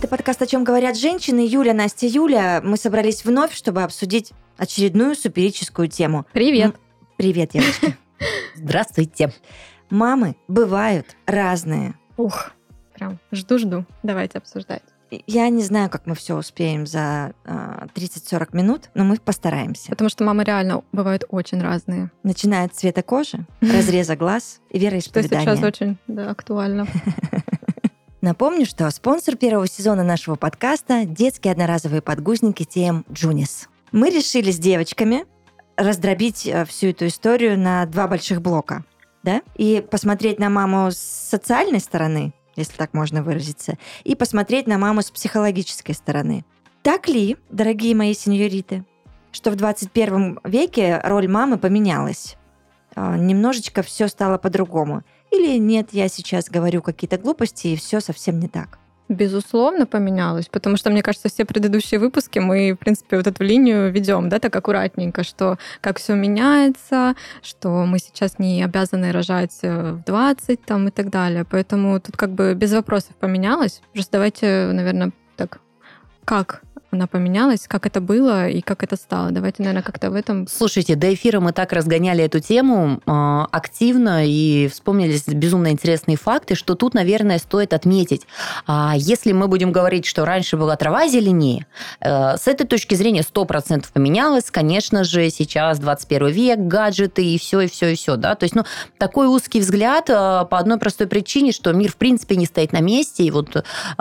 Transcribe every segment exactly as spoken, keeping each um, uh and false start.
Это подкаст «О чем говорят женщины». Юля, Настя, Юля. Мы собрались вновь, чтобы обсудить очередную суперическую тему. Привет. М- Привет, девочки. Здравствуйте. Мамы бывают разные. Ух, прям жду-жду. Давайте обсуждать. Я не знаю, как мы все успеем за э, тридцать-сорок минут, но мы постараемся. Потому что мамы реально бывают очень разные. Начиная от цвета кожи, разреза глаз и вероисповедания. Что сейчас очень да, актуально. Напомню, что спонсор первого сезона нашего подкаста – детские одноразовые подгузники ти эм Junis. Мы решили с девочками раздробить всю эту историю на два больших блока, да? И посмотреть на маму с социальной стороны, если так можно выразиться, и посмотреть на маму с психологической стороны. Так ли, дорогие мои сеньориты, что в двадцать первом веке роль мамы поменялась? Немножечко все стало по-другому. Или нет, я сейчас говорю какие-то глупости, и все совсем не так? Безусловно, поменялось, потому что, мне кажется, все предыдущие выпуски мы, в принципе, вот эту линию ведем, да, так аккуратненько, что как все меняется, что мы сейчас не обязаны рожать в двадцать там, и так далее. Поэтому тут как бы без вопросов поменялось. Просто давайте, наверное, так, как она поменялась, как это было и как это стало. Давайте, наверное, как-то в этом... Слушайте, до эфира мы так разгоняли эту тему э, активно и вспомнились безумно интересные факты, что тут, наверное, стоит отметить. А если мы будем говорить, что раньше была трава зеленее, э, с этой точки зрения сто процентов поменялось. Конечно же, сейчас двадцать первый век, гаджеты и все, и все, и все. Да? То есть, ну, такой узкий взгляд э, по одной простой причине, что мир, в принципе, не стоит на месте. И вот э,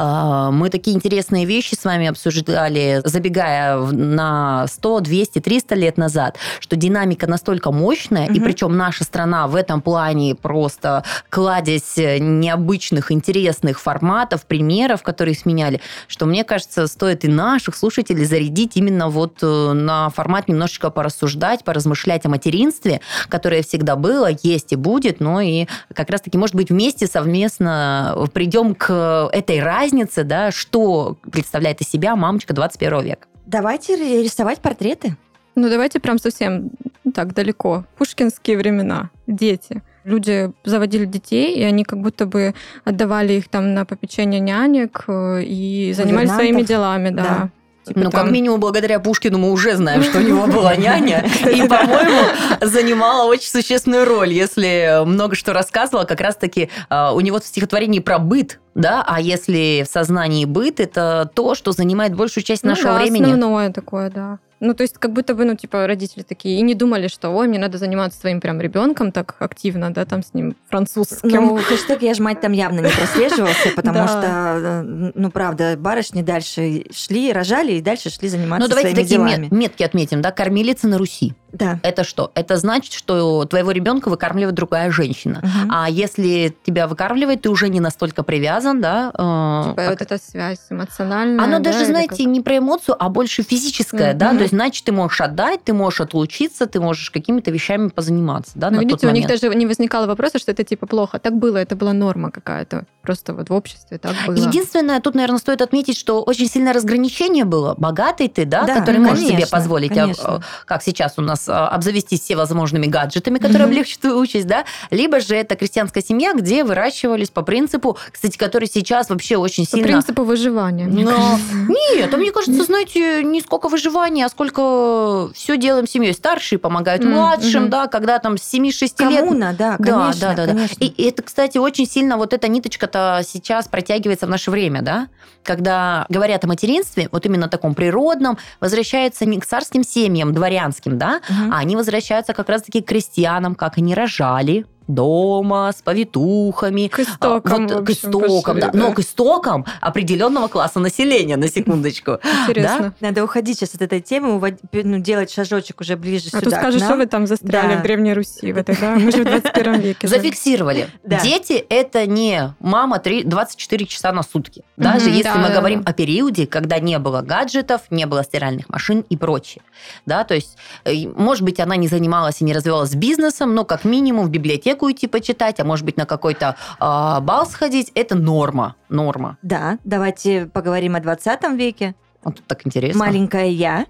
мы такие интересные вещи с вами обсуждали, забегая на сто, двести, триста лет назад, что динамика настолько мощная, угу. и причем наша страна в этом плане просто кладезь необычных, интересных форматов, примеров, которые сменяли, что, мне кажется, стоит и наших слушателей зарядить именно вот на формат немножечко порассуждать, поразмышлять о материнстве, которое всегда было, есть и будет, но и как раз-таки, может быть, вместе совместно придем к этой разнице, да, что представляет из себя мамочка двадцать первого века. Давайте рисовать портреты. Ну, давайте прям совсем так далеко. Пушкинские времена. Дети. Люди заводили детей, и они как будто бы отдавали их там на попечение нянек и занимались своими делами, да. да. Типа ну, там... как минимум, благодаря Пушкину мы уже знаем, что у него была няня, и, по-моему, занимала очень существенную роль. Если много что рассказывала, как раз-таки у него в стихотворении про быт, да, а если в сознании быт, это то, что занимает большую часть ну, нашего да, времени. Основное такое, да. Ну, то есть, как будто бы, ну, типа, родители такие и не думали, что, ой, мне надо заниматься своим прям ребенком так активно, да, там с ним французским. Ну, хэштег «Я ж мать» там явно не прослеживался, потому что, ну, правда, барышни дальше шли, рожали и дальше шли заниматься своими делами. Ну, давайте такие метки отметим, да, кормилица на Руси. Да. Это что? Это значит, что твоего ребенка выкармливает другая женщина. Угу. А если тебя выкармливает, ты уже не настолько привязан, да? Типа как... вот эта связь эмоциональная. Оно да, даже, знаете, как... не про эмоцию, а больше физическое, угу. да? То есть, значит, ты можешь отдать, ты можешь отлучиться, ты можешь какими-то вещами позаниматься, да, ну, на видите, тот у момент. них даже не возникало вопроса, что это типа плохо. Так было, это была норма какая-то. Просто вот в обществе так было. Единственное, тут, наверное, стоит отметить, что очень сильное разграничение было. Богатый ты, да, да который конечно, можешь себе позволить, конечно. Как сейчас у нас, обзавестись всевозможными гаджетами, которые mm-hmm. облегчат твою участь, да, либо же это крестьянская семья, где выращивались по принципу, кстати, который сейчас вообще очень по сильно... По принципу выживания, мне Но... кажется. Нет, а мне кажется, знаете, не сколько выживания, а сколько все делаем семьей. Старшие помогают mm-hmm. младшим, да, когда там с семи-шести лет... Коммуна, да, конечно, да, да, да, конечно. И это, кстати, очень сильно вот эта ниточка-то сейчас протягивается в наше время, да, когда говорят о материнстве, вот именно таком природном, возвращаются не к царским семьям, дворянским, да, mm-hmm. а они возвращаются как раз-таки к крестьянам, как они рожали дома, с повитухами. К истокам. Вот, к истокам, пошли, да. да. Но к истокам определенного класса населения, на секундочку. Интересно. Да? Надо уходить сейчас от этой темы, увод... ну, делать шажочек уже ближе а сюда. А тут скажешь, что вы там застряли да. в Древней Руси. В этой, да? Мы же в двадцать первом веке. Зафиксировали. Да. Дети – это не мама двадцать четыре часа на сутки. Даже mm-hmm, если да, мы да, говорим да. о периоде, когда не было гаджетов, не было стиральных машин и прочее. Да? То есть, может быть, она не занималась и не развивалась бизнесом, но как минимум в библиотеку уйти почитать, а может быть, на какой-то э, бал сходить, это норма. Норма. Да, давайте поговорим о двадцатом веке. Вот так интересно. Маленькая я.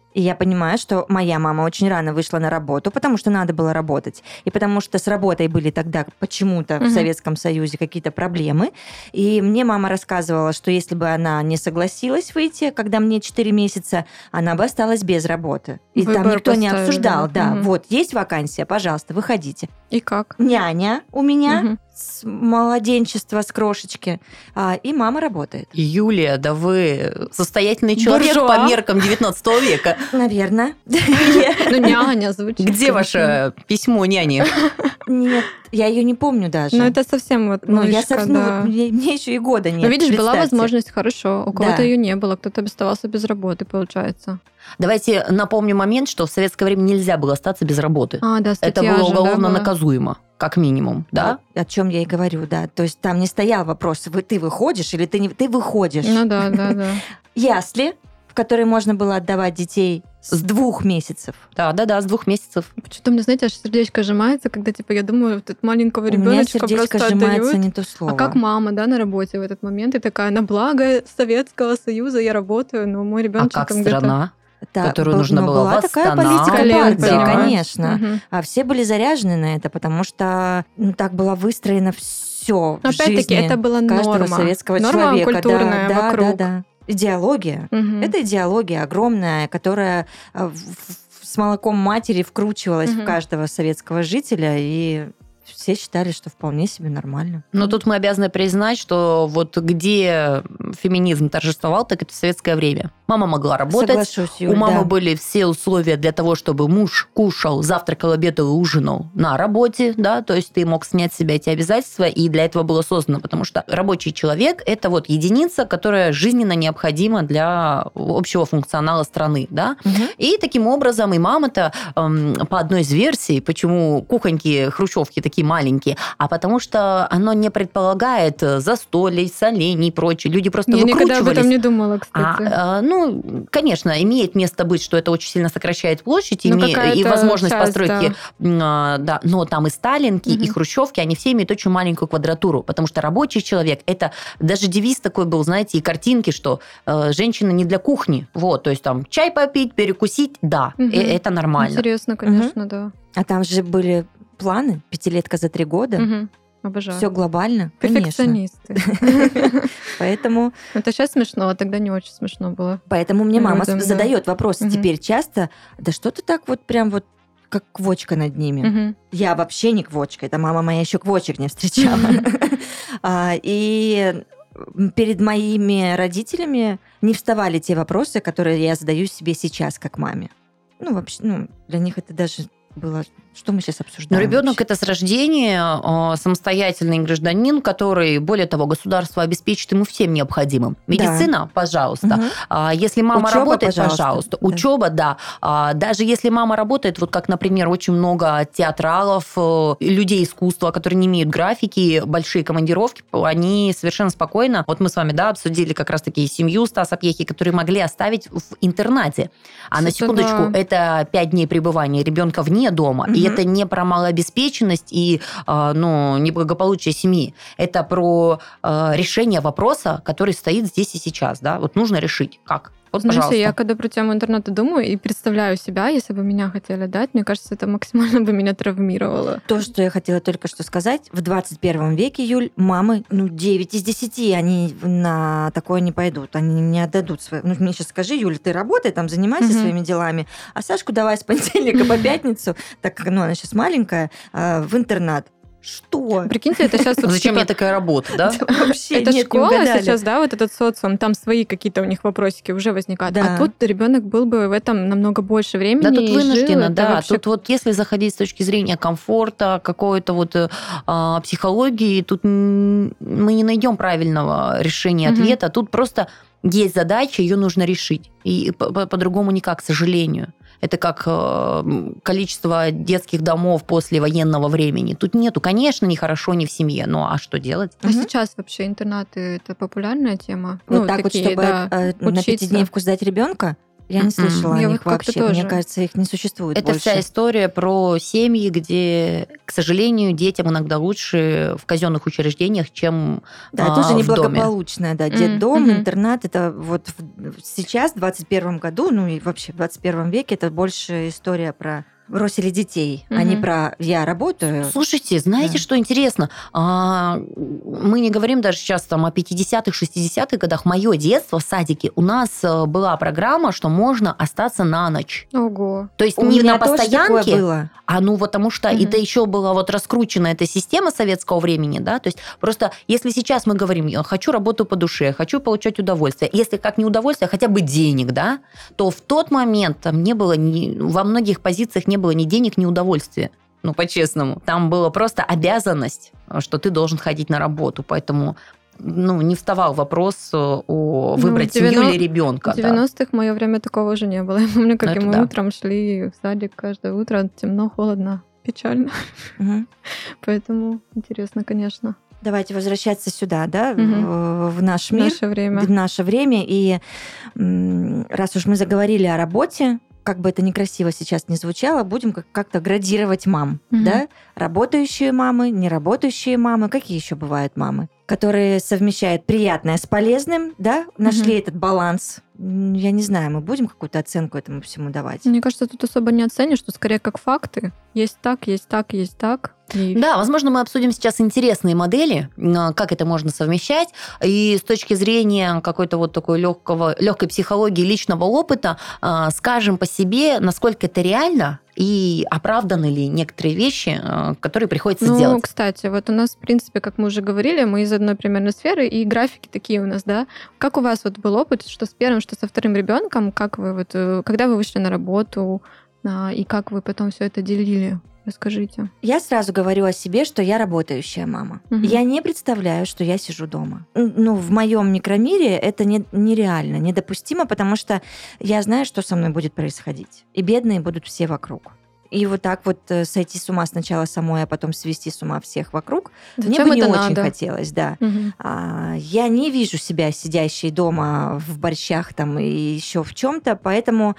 И я понимаю, что моя мама очень рано вышла на работу, потому что надо было работать. И потому что с работой были тогда почему-то угу. в Советском Союзе какие-то проблемы. И мне мама рассказывала, что если бы она не согласилась выйти, когда мне четыре месяца, она бы осталась без работы. И Выбор там никто поставили, не обсуждал. Да, угу. вот, есть вакансия, пожалуйста, выходите. И как? Няня у меня угу. с младенчества, с крошечки. А, и мама работает. Юлия, да вы состоятельный человек Буржуа. По меркам девятнадцатого века. Наверное. Ну, няня звучит. Где ваше письмо няни? Нет, я ее не помню даже. Ну, это совсем вот ну, мышка, я совсем, да. ну, мне, мне еще и года нет. Ну, видишь, представьте. была возможность, хорошо. У кого-то да. ее не было, кто-то оставался без работы, получается. Давайте напомню момент, что в советское время нельзя было остаться без работы. А, да, это было уголовно да, наказуемо, как минимум, да? О чем я и говорю, да. То есть там не стоял вопрос, вы, ты выходишь или ты не ты выходишь. Ну да, да, да. Ясли, в которые можно было отдавать детей с двух месяцев. Да, да, да, с двух месяцев. Почему-то, мне, знаете, аж сердечко сжимается, когда, типа, я думаю, вот этот маленького ребеночка просто отдают. Сжимается не то слово. А как мама, да, на работе в этот момент, и такая, на благо Советского Союза я работаю, но мой ребеночек а как там страна? Да, которую был, нужно было была такая политика партии, да. конечно. Угу. А все были заряжены на это, потому что ну, так было выстроено все в Опять-таки, жизни это была каждого норма. советского норма человека. культурная да, вокруг. Да, да. Идеология. Угу. Это идеология огромная, которая в, в, с молоком матери вкручивалась угу. в каждого советского жителя, и все считали, что вполне себе нормально. Но тут мы обязаны признать, что вот где феминизм торжествовал, так это в советское время. Мама могла работать, Соглашусь, Юль, у мамы да. были все условия для того, чтобы муж кушал, завтракал, обедал и ужинал на работе, да, то есть ты мог снять с себя эти обязательства, и для этого было создано, потому что рабочий человек – это вот единица, которая жизненно необходима для общего функционала страны, да, угу. и таким образом и мама-то эм, по одной из версий, почему кухоньки, хрущевки такие маленькие, а потому что оно не предполагает застолий, солений и прочее. Люди просто Я выкручивались. никогда об этом не думала, кстати. А, а, ну, конечно, имеет место быть, что это очень сильно сокращает площадь ну, име... и возможность часть, постройки. Да. Да, но там и сталинки, угу. и хрущевки, они все имеют очень маленькую квадратуру, потому что рабочий человек, это даже девиз такой был, знаете, и картинки, что э, женщина не для кухни. Вот, то есть там чай попить, перекусить, да, угу. э, это нормально. Интересно, конечно, угу. да. А там же были планы, пятилетка за три года. Угу. Обожаю. Все глобально, перфекционисты. Поэтому... Это сейчас смешно, а тогда не очень смешно было. Поэтому мне мама задает вопросы теперь часто, да что ты так вот прям вот как квочка над ними. Я вообще не квочка, это мама моя еще квочек не встречала. И перед моими родителями не вставали те вопросы, которые я задаю себе сейчас как маме. Ну, вообще, ну, для них это даже было... Что мы сейчас обсуждаем? Но ребенок вообще? это с рождения самостоятельный гражданин, который, более того, государство обеспечит ему всем необходимым. Медицина, да. пожалуйста. Угу. Если мама Учёба, работает, пожалуйста. пожалуйста. Да. Учеба, да. Даже если мама работает, вот как, например, очень много театралов, людей искусства, которые не имеют графики, большие командировки, они совершенно спокойно. Вот мы с вами, да, обсудили как раз-таки семью Стаса Пьехи, которые могли оставить в интернате. А это на секундочку, да. это пять дней пребывания ребенка вне дома. Угу. И это не про малообеспеченность и ну, неблагополучие семьи. Это про решение вопроса, который стоит здесь и сейчас. Да? Вот нужно решить. Как? Вот, Знаете, пожалуйста. я когда про тему интернета думаю и представляю себя, если бы меня хотели дать, мне кажется, это максимально бы меня травмировало. То, что я хотела только что сказать, в двадцать первом веке, Юль, мамы, ну, девять из десяти, они на такое не пойдут, они не отдадут свои... Ну, мне сейчас скажи, Юля, ты работай, там, занимайся угу. своими делами, а Сашку давай с понедельника по пятницу, так как ну, она сейчас маленькая, в интернат. Что? Прикиньте, это сейчас... Вот, Зачем типа, мне такая работа, да? Вообще это нет, школа сейчас, да, вот этот социум, там свои какие-то у них вопросики уже возникают. Да. А тут ребенок был бы в этом намного больше времени. Да, тут вынужденно, жил, да. Вообще... Тут вот если заходить с точки зрения комфорта, какой-то вот а, психологии, тут мы не найдем правильного решения, угу. ответа. Тут просто есть задача, ее нужно решить. И по-другому никак, к сожалению. Это как количество детских домов после военного времени. Тут нету, конечно, ни хорошо, ни в семье, но а что делать? А угу. сейчас вообще интернаты – это популярная тема? Вот ну, так такие, вот, чтобы да, на пятидневку сдать ребенка? Я не слышала Я о вот них как-то вообще. Мне тоже. кажется, их не существует Это больше. вся история про семьи, где, к сожалению, детям иногда лучше в казенных учреждениях, чем Да, это а, тоже в доме. неблагополучное, да, М, детдом, мгм. интернат, это вот в- сейчас, в двадцать первом году, ну и вообще в двадцать первом веке, это больше история про бросили детей, а не Мгм. про я работаю. Слушайте, знаете, Да. что интересно? А, мы не говорим даже сейчас там о пятидесятых, шестидесятых годах. Мое детство в садике, у нас э, была программа, что можно остаться на ночь. Ого. То есть У не меня на тоже такое постоянке, было. а ну потому что Мгм. это еще была вот раскручена эта система советского времени, да, то есть просто если сейчас мы говорим, я хочу работу по душе, хочу получать удовольствие, если как не удовольствие, хотя бы денег, да, то в тот момент там не было, ни, во многих позициях не было ни денег, ни удовольствия. Ну, по-честному. Там была просто обязанность, что ты должен ходить на работу, поэтому ну, не вставал вопрос о выбрать Ну, в семью девяно- или ребенка. В девяностых в мое время такого уже не было. Я помню, как Это мы да. утром шли в садик каждое утро, темно, холодно, печально. Мгм. Поэтому интересно, конечно, Давайте возвращаться сюда, да, Мгм. в, в наш в мир, наше время. в наше время. И м, раз уж мы заговорили о работе, как бы это некрасиво сейчас не звучало, будем как- как-то градировать мам, Мгм. да? Работающие мамы, неработающие мамы. Какие еще бывают мамы? Которые совмещают приятное с полезным, да? Нашли этот баланс. М, Я не знаю, мы будем какую-то оценку этому всему давать? Мне кажется, тут особо не оценишь, что скорее как факты. Есть так, есть так, есть так. И Да, возможно, мы обсудим сейчас интересные модели, а, как это можно совмещать. И с точки зрения какой-то вот такой легкого, легкой психологии личного опыта, а, скажем по себе, насколько это реально и оправданы ли некоторые вещи, а, которые приходится Ну, делать. кстати, вот у нас, в принципе, как мы уже говорили, мы из одной примерно сферы, и графики такие у нас, да. Как у вас вот был опыт, что с первым, что со вторым ребенком, как вы вот, э, когда вы вышли на работу, а, и как вы потом все это делили? Расскажите. Я сразу говорю о себе, что я работающая мама. Мгм. Я не представляю, что я сижу дома. Н- Ну, в моем микромире это не- нереально, недопустимо, потому что я знаю, что со мной будет происходить. И бедные будут все вокруг. И вот так вот э, сойти с ума сначала самой, а потом свести с ума всех вокруг, мне Зачем бы не это очень надо? хотелось, да. Мгм. А, Я не вижу себя сидящей дома в борщах там и еще в чем-то, поэтому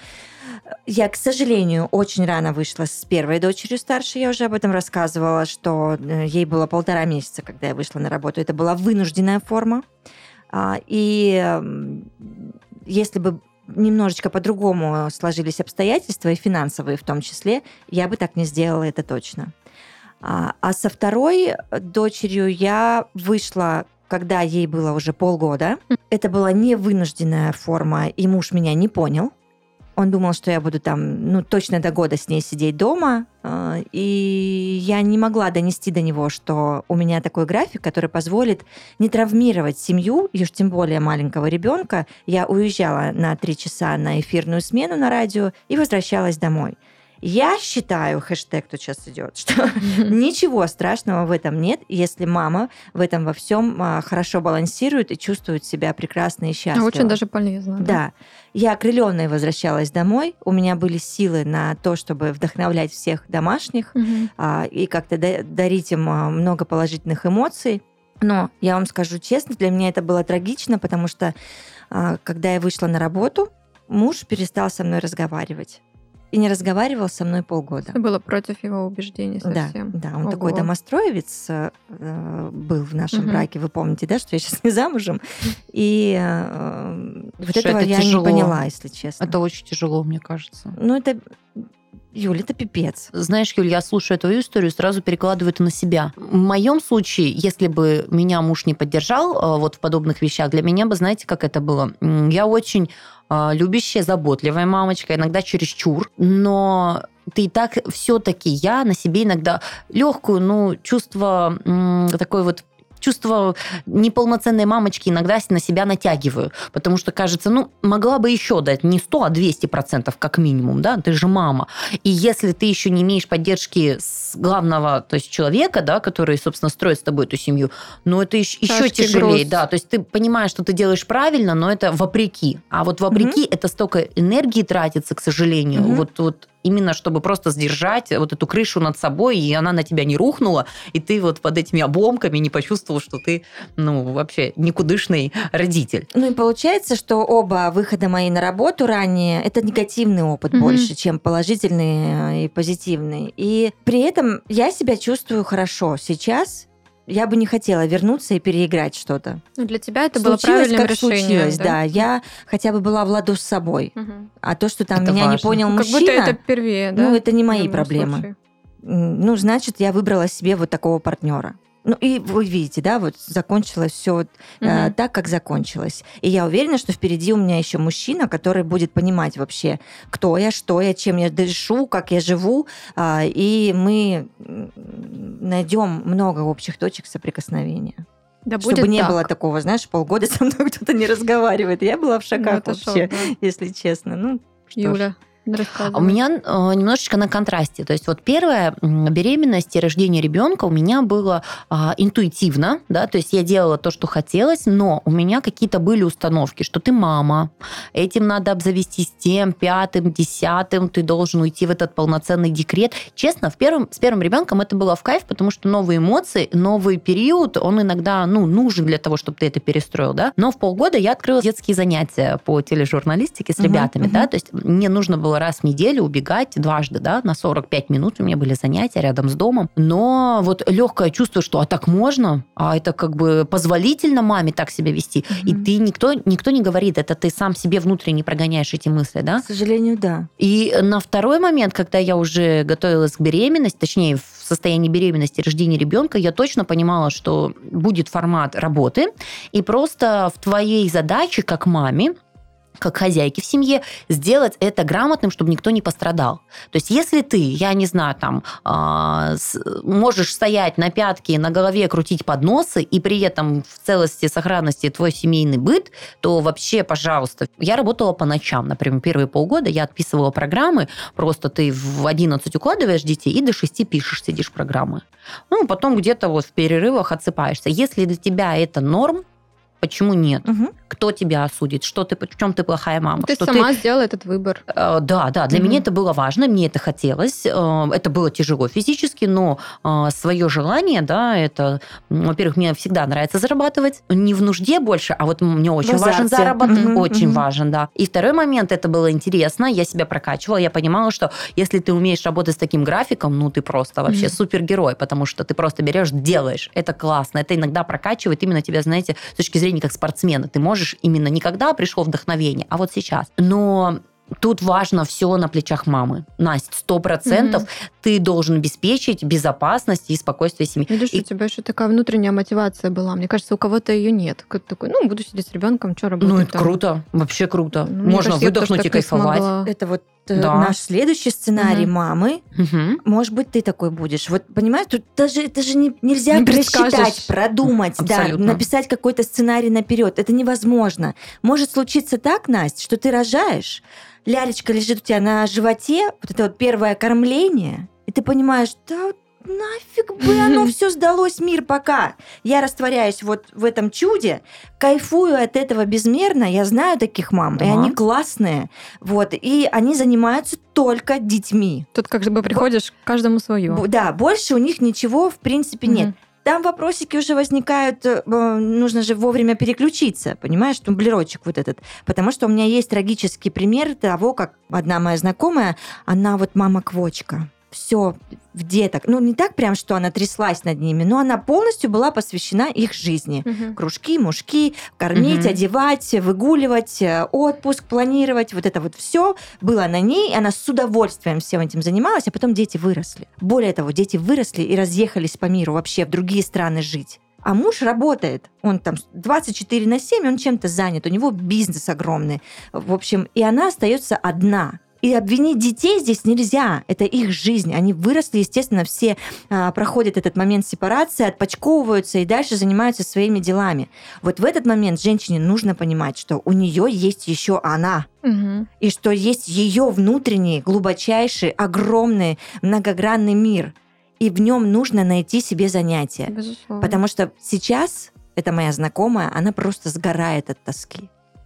я, к сожалению, очень рано вышла с первой дочерью старшей. Я уже об этом рассказывала, что э, ей было полтора месяца, когда я вышла на работу. Это была вынужденная форма. А, И м, если бы немножечко по-другому сложились обстоятельства, и финансовые в том числе, я бы так не сделала, это точно. А а со второй дочерью я вышла, когда ей было уже полгода. Это была не вынужденная форма, и муж меня не понял. Он думал, что я буду там, ну, точно до года с ней сидеть дома. э, И я не могла донести до него, что у меня такой график, который позволит не травмировать семью, и уж тем более маленького ребенка. Я уезжала на три часа на эфирную смену на радио и возвращалась домой. Я считаю, хэштег тут сейчас идет, что ничего страшного в этом нет, если мама в этом во всем а, хорошо балансирует и чувствует себя прекрасно и А счастливо. очень даже полезно. Да. Я окрыленная возвращалась домой. У меня были силы на то, чтобы вдохновлять всех домашних Мгм. а, и как-то да- дарить им а, много положительных эмоций. Но я вам скажу честно, для меня это было трагично, потому что а, когда я вышла на работу, муж перестал со мной разговаривать. И не разговаривал со мной полгода. Это было против его убеждений Да, совсем. да, он Ого. такой домостроевец э, э, был в нашем Мгм. браке. Вы помните, да, что я сейчас не замужем? И э, вот Слушай, этого это я тяжело. не поняла, если честно. Это очень тяжело, мне кажется. Ну, это, Юль, это пипец. Знаешь, Юль, я слушаю твою историю, сразу перекладываю это на себя. В моем случае, если бы меня муж не поддержал э, вот в подобных вещах, для меня бы, знаете, как это было? М, Я очень э, любящая, заботливая мамочка, иногда чересчур, но ты и так все-таки я на себе иногда легкую, ну, чувство м, такой вот чувство неполноценной мамочки иногда на себя натягиваю, потому что кажется, ну, могла бы еще дать не сто, а двести процентов как минимум, да, ты же мама. И если ты еще не имеешь поддержки с главного, то есть человека, да, который, собственно, строит с тобой эту семью, ну, это еще, еще Тяжкий тяжелее, груз. да, то есть ты понимаешь, что ты делаешь правильно, но это вопреки. А вот вопреки это столько энергии тратится, к сожалению, Мгм. вот, вот именно чтобы просто сдержать вот эту крышу над собой, и она на тебя не рухнула, и ты вот под этими обломками не почувствовал, что ты, ну, вообще никудышный родитель. Ну и получается, что оба выхода мои на работу ранее – это негативный опыт mm-hmm. больше, чем положительный и позитивный. И при этом я себя чувствую хорошо сейчас. Я бы не хотела вернуться и переиграть что-то. Ну, для тебя это случилось, было правильным как решением. Случилось, да? да. Я хотя бы была в ладу с собой. Угу. А то, что там это меня важно. не понял ну, мужчина... Как будто это первее, да? Ну, это не мои проблемы. Случае. Ну, значит, я выбрала себе вот такого партнера. Ну, и вы видите, да, вот закончилось все вот, угу. э, так, как закончилось. И я уверена, что впереди у меня еще мужчина, который будет понимать вообще, кто я, что я, чем я дышу, как я живу. Э, и мы найдем много общих точек соприкосновения. Да Чтобы будет не так. было такого, знаешь, полгода со мной кто-то не разговаривает. Я была в шоках ну, вообще, шок, да. если честно. Ну, что Юля. ж. У меня э, немножечко на контрасте. То есть вот первая беременность и рождение ребенка у меня было э, интуитивно, да, то есть я делала то, что хотелось, но у меня какие-то были установки, что ты мама, этим надо обзавестись тем, пятым, десятым, ты должен уйти в этот полноценный декрет. Честно, в первом, с первым ребенком это было в кайф, потому что новые эмоции, новый период, он иногда ну, нужен для того, чтобы ты это перестроил, да. Но в полгода я открыла детские занятия по тележурналистике с ребятами, uh-huh, да, uh-huh. то есть мне нужно было раз в неделю убегать дважды, да, на сорок пять минут у меня были занятия рядом с домом. Но вот легкое чувство, что а так можно, а это как бы позволительно маме так себя вести. Mm-hmm. И ты никто, никто не говорит, это ты сам себе внутренне прогоняешь эти мысли, да? К сожалению, да. И на второй момент, когда я уже готовилась к беременности, точнее, в состоянии беременности, рождения ребенка, я точно понимала, что будет формат работы, и просто в твоей задаче, как маме, как хозяйки в семье, сделать это грамотным, чтобы никто не пострадал. То есть если ты, я не знаю, там, э, можешь стоять на пятке, на голове крутить подносы, и при этом в целости и сохранности твой семейный быт, то вообще, пожалуйста. Я работала по ночам, например, первые полгода я отписывала программы, просто ты в одиннадцать укладываешь детей и до шести пишешь, сидишь программы. Ну, потом где-то вот в перерывах отсыпаешься. Если для тебя это норм, почему нет? Угу. Кто тебя осудит? Что ты, в чем ты плохая мама? Ты что сама ты... сделала этот выбор. Да, да. Для угу. меня это было важно, мне это хотелось. Это было тяжело физически, но свое желание, да, это, во-первых, мне всегда нравится зарабатывать. Не в нужде больше, а вот мне очень в важен заработок. Угу, очень угу. важен, да. И второй момент, это было интересно, я себя прокачивала, я понимала, что если ты умеешь работать с таким графиком, ну, ты просто вообще угу. супергерой, потому что ты просто берешь, делаешь. Это классно. Это иногда прокачивает именно тебя, знаете, с точки зрения как спортсмена. Ты можешь именно не когда пришло вдохновение, а вот сейчас. Но тут важно все на плечах мамы. Настя, сто процентов mm-hmm. ты должен обеспечить безопасность и спокойствие семьи. Видишь, и... у тебя еще такая внутренняя мотивация была. Мне кажется, у кого-то ее нет. Кто-то такой, ну, буду сидеть с ребенком, что работать. Ну, это там? круто. Вообще круто. Ну, можно кажется, выдохнуть и кайфовать. Это вот да. наш следующий сценарий угу. мамы. Угу. Может быть, ты такой будешь. Вот, понимаешь, тут даже, это же не, нельзя не просчитать, продумать, да, написать какой-то сценарий наперед. Это невозможно. Может случиться так, Настя, что ты рожаешь, лялечка лежит у тебя на животе, вот это вот первое кормление, и ты понимаешь, да нафиг бы оно все сдалось, мир, пока. Я растворяюсь вот в этом чуде, кайфую от этого безмерно. Я знаю таких мам, да. и они классные. Вот, и они занимаются только детьми. Тут как бы приходишь к каждому свое. Да, больше у них ничего в принципе нет. Угу. Там вопросики уже возникают, нужно же вовремя переключиться, понимаешь, тумблерочек вот этот. Потому что у меня есть трагический пример того, как одна моя знакомая, она вот мама-квочка. Все в деток. Ну, не так прям, что она тряслась над ними, но она полностью была посвящена их жизни. Угу. Кружки, мужики, кормить, угу. одевать, выгуливать, отпуск планировать. Вот это вот все было на ней. Она с удовольствием всем этим занималась, а потом дети выросли. Более того, дети выросли и разъехались по миру вообще в другие страны жить. А муж работает. Он там двадцать четыре на семь, он чем-то занят. У него бизнес огромный. В общем, и она остается одна. И обвинить детей здесь нельзя. Это их жизнь. Они выросли, естественно, все а, проходят этот момент сепарации, отпочковываются и дальше занимаются своими делами. Вот в этот момент женщине нужно понимать, что у нее есть еще она. Угу. И что есть ее внутренний, глубочайший, огромный, многогранный мир. И в нем нужно найти себе занятие. Безусловно. Потому что сейчас, эта моя знакомая, она просто сгорает от тоски.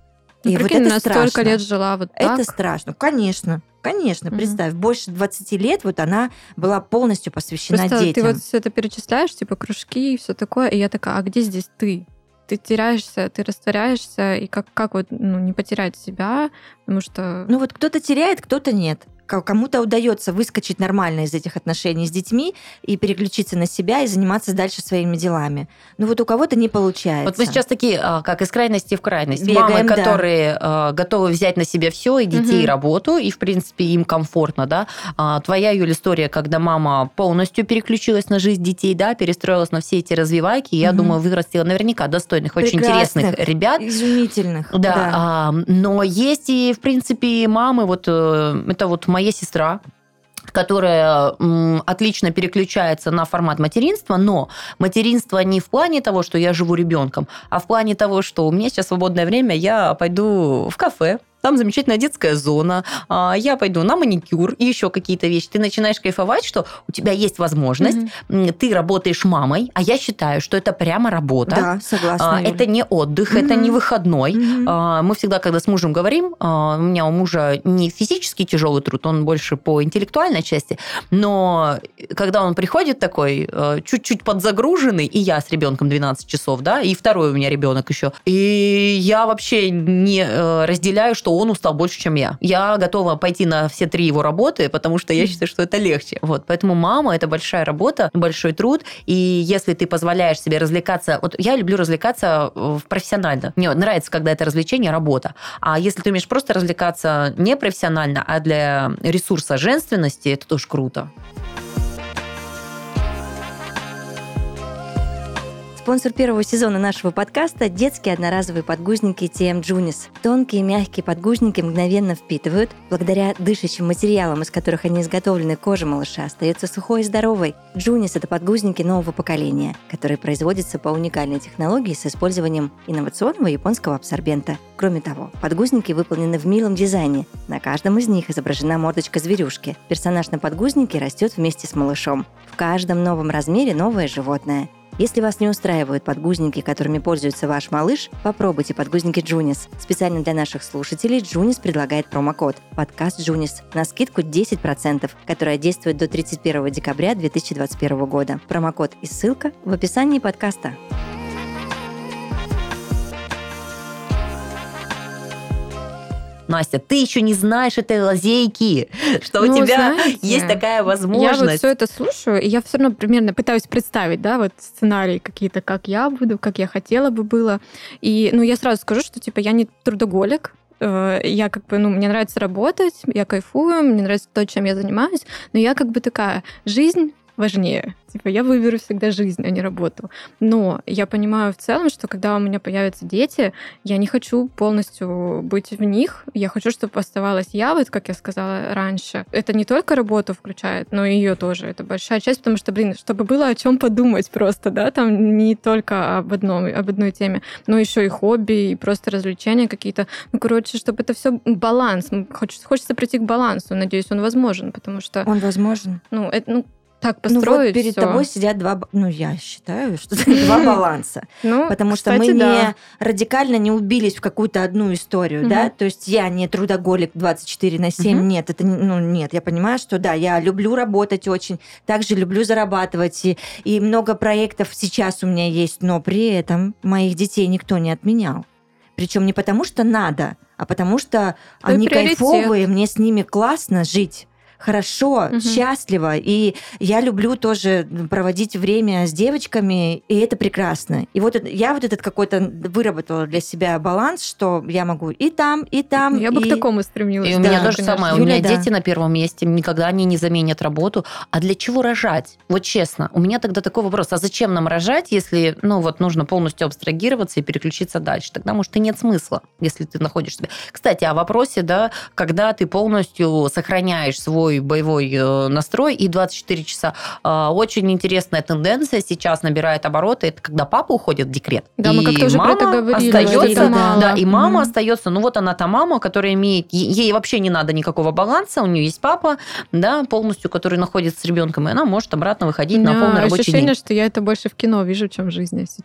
И и прикинь, вот это она страшно. столько лет жила вот так. Это страшно. Конечно. Конечно, Мгм. представь, больше двадцати лет вот она была полностью посвящена Просто ты детям. вот все это перечисляешь, типа кружки и все такое, и я такая, а где здесь ты? Ты теряешься, ты растворяешься, и как, как вот ну, не потерять себя, потому что... Ну вот кто-то теряет, кто-то нет. Ко- Кому-то удается выскочить нормально из этих отношений с детьми и переключиться на себя и заниматься дальше своими делами. Ну вот у кого-то не получается. Вот мы сейчас такие, а, как из крайности в крайность. Бегаем, Мамы, да. которые а, готовы взять на себя все, и детей, и Мгм. работу, и, в принципе, им комфортно, да. А, Твоя, Юля, история, когда мама полностью переключилась на жизнь детей, да, перестроилась на все эти развивайки, я Мгм. думаю, вырастила наверняка достойных, очень Прекрасных, интересных ребят. изумительных. Да, а, но есть и, в принципе, мамы, вот э, это вот моя сестра, которая м, отлично переключается на формат материнства, но материнство не в плане того, что я живу ребенком, а в плане того, что у меня сейчас свободное время, я пойду в кафе, там замечательная детская зона, а, я пойду на маникюр и еще какие-то вещи. Ты начинаешь кайфовать, что у тебя есть возможность, Мгм. м, ты работаешь мамой, а я считаю, что это прямо работа. Да, согласна. А, Юля. Это не отдых, это Мгм. не выходной. Мгм. А, Мы всегда, когда с мужем говорим, а, у меня у мужа не физически тяжелый труд, он больше по интеллектуальной части, но когда он приходит такой, э, чуть-чуть подзагруженный, и я с ребенком двенадцать часов, да, и второй у меня ребенок еще, и я вообще не э, разделяю, что он устал больше, чем я. Я готова пойти на все три его работы, потому что я считаю, что это легче. Вот. Поэтому мама – это большая работа, большой труд, и если ты позволяешь себе развлекаться... Вот я люблю развлекаться э, профессионально. Мне нравится, когда это развлечение – работа. А если ты умеешь просто развлекаться не профессионально, а для ресурса женственности, это тоже круто. Спонсор первого сезона нашего подкаста – детские одноразовые подгузники ти эм Junis. Тонкие и мягкие подгузники мгновенно впитывают. Благодаря дышащим материалам, из которых они изготовлены, кожа малыша остается сухой и здоровой. Junis – это подгузники нового поколения, которые производятся по уникальной технологии с использованием инновационного японского абсорбента. Кроме того, подгузники выполнены в милом дизайне. На каждом из них изображена мордочка зверюшки. Персонаж на подгузнике растет вместе с малышом. В каждом новом размере новое животное. Если вас не устраивают подгузники, которыми пользуется ваш малыш, попробуйте подгузники Junis. Специально для наших слушателей Junis предлагает промокод «Подкаст Junis» на скидку десять процентов, которая действует до тридцать первого декабря две тысячи двадцать первого года. Промокод и ссылка в описании подкаста. Настя, ты еще не знаешь этой лазейки, что Ну, у тебя знаете, есть такая Я возможность. вот все это слушаю, и я все равно примерно пытаюсь представить, да, вот сценарии какие-то, как я буду, как я хотела бы было. И, ну, я сразу скажу, что, типа, я не трудоголик, э, я как бы, ну, мне нравится работать, я кайфую, мне нравится то, чем я занимаюсь, но я как бы такая, жизнь важнее. Типа, я выберу всегда жизнь, а не работу. Но я понимаю в целом, что когда у меня появятся дети, я не хочу полностью быть в них. Я хочу, чтобы оставалась я, вот как я сказала раньше. Это не только работу включает, но и ее тоже. Это большая часть, потому что, блин, чтобы было о чем подумать просто, да, там не только об одном, об одной теме, но еще и хобби, и просто развлечения какие-то. Ну, короче, чтобы это все баланс. Хочется, хочется прийти к балансу. Надеюсь, он возможен, потому что, Он возможен. ну, это, ну, так Ну построить вот перед всё. тобой сидят два, б- ну я считаю, что два баланса. Ну, Потому что кстати, мы да. не радикально не убились в какую-то одну историю, Мгм. да, то есть я не трудоголик двадцать четыре на семь, Мгм. нет, это, не- ну нет, я понимаю, что да, я люблю работать очень, также люблю зарабатывать, и, и много проектов сейчас у меня есть, но при этом моих детей никто не отменял. Причем не потому, что надо, а потому что Твой они приоритет. кайфовые, мне с ними классно жить. Хорошо, Мгм. счастливо. И я люблю тоже проводить время с девочками, и это прекрасно. И вот это- я вот этот какой-то выработала для себя баланс, что я могу и там, и там. Я бы и- к такому стремилась. И у Да, меня то же конечно. самое. У Юля, меня да. дети на первом месте, никогда они не заменят работу. А для чего рожать? Вот честно, у меня тогда такой вопрос. А зачем нам рожать, если, ну, вот нужно полностью абстрагироваться и переключиться дальше? Тогда, может, и нет смысла, если ты находишь себя. Кстати, о вопросе, да, когда ты полностью сохраняешь свой боевой э, настрой и двадцать четыре часа. Э, Очень интересная тенденция сейчас набирает обороты. Это когда папа уходит в декрет. Да, мы и как-то уже про это мама говорили, что остается, это мало. да, и мама Мгм. остается, ну вот она та мама, которая имеет, е- ей вообще не надо никакого баланса, у нее есть папа, да, полностью, который находится с ребенком, и она может обратно выходить У на меня полный рабочий ощущение, день. что я это больше в кино вижу, чем в жизни сейчас.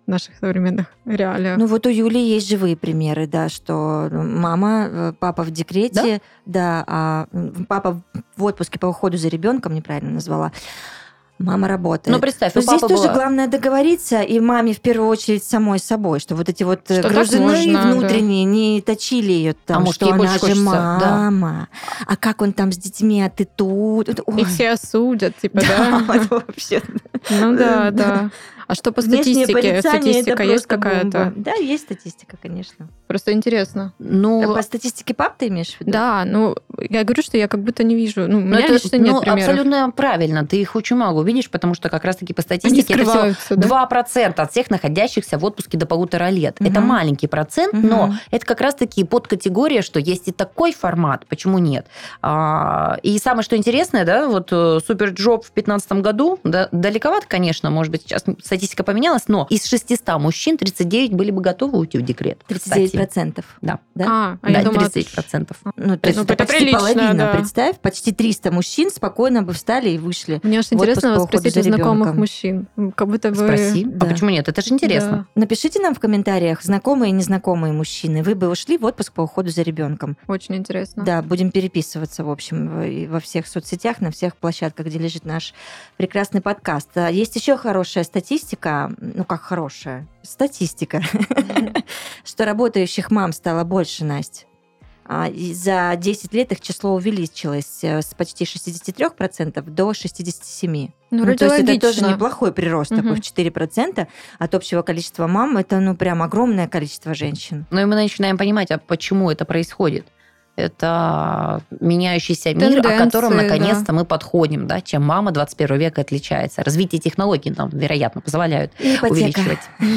наших современных реалиях. Ну вот у Юли есть живые примеры, да, что мама, папа в декрете, да, да а папа в отпуске по уходу за ребенком, неправильно назвала. Мама работает. Ну, представь, Но у здесь папы тоже было... главное договориться, и маме в первую очередь самой собой, что вот эти вот что грузины можно, внутренние да. не точили ее там, а может, что она же хочется, мама. Да. А как он там с детьми, а ты тут? Ой. И все осудят, типа, да? Да, вообще. Ну да, да. А что по статистике? Статистика есть какая-то? Да, есть статистика, конечно. Просто интересно. Ну, по статистике пап ты имеешь в виду? Да, ну, я говорю, что я как будто не вижу. Ну, у меня это, лично нет ну, примеров. Абсолютно правильно. Ты их очень мало увидишь, потому что как раз-таки по статистике это всего да? два процента от всех находящихся в отпуске до полутора лет. Угу. Это маленький процент, угу. но это как раз-таки подкатегория, что есть и такой формат, почему нет. И самое, что интересное, да, вот Суперджоп в пятнадцатом году, да, далековато, конечно, может быть, сейчас статистика поменялась, но из шестисот мужчин тридцать девять были бы готовы уйти в декрет. тридцать девять процентов? Да. Да, а, а да я думала, тридцать девять процентов. Ну, то есть ну, это, это почти прилично, половина, да. представь. Почти триста мужчин спокойно бы встали и вышли. Мне аж интересно вас спросить у знакомых мужчин. Как будто бы... Спроси. Да. А почему нет? Это же интересно. Да. Напишите нам в комментариях, знакомые и незнакомые мужчины, вы бы ушли в отпуск по уходу за ребенком. Очень интересно. Да, будем переписываться, в общем, во всех соцсетях, на всех площадках, где лежит наш прекрасный подкаст. Есть еще хорошая статистика, ну как хорошая, статистика, что работающих мам стало больше, Настя. За десять лет их число увеличилось с почти шестьдесят три процента до шестьдесят семь процентов. Ну, ну, то есть логично. это тоже неплохой прирост, угу. такой в четыре процента от общего количества мам. Это, ну, прям огромное количество женщин. Ну, и мы начинаем понимать, а почему это происходит. Это меняющийся мир, тенденции, о котором наконец-то да. мы подходим, да, чем мама двадцать первого века отличается. Развитие технологий нам, вероятно, позволяют увеличивать.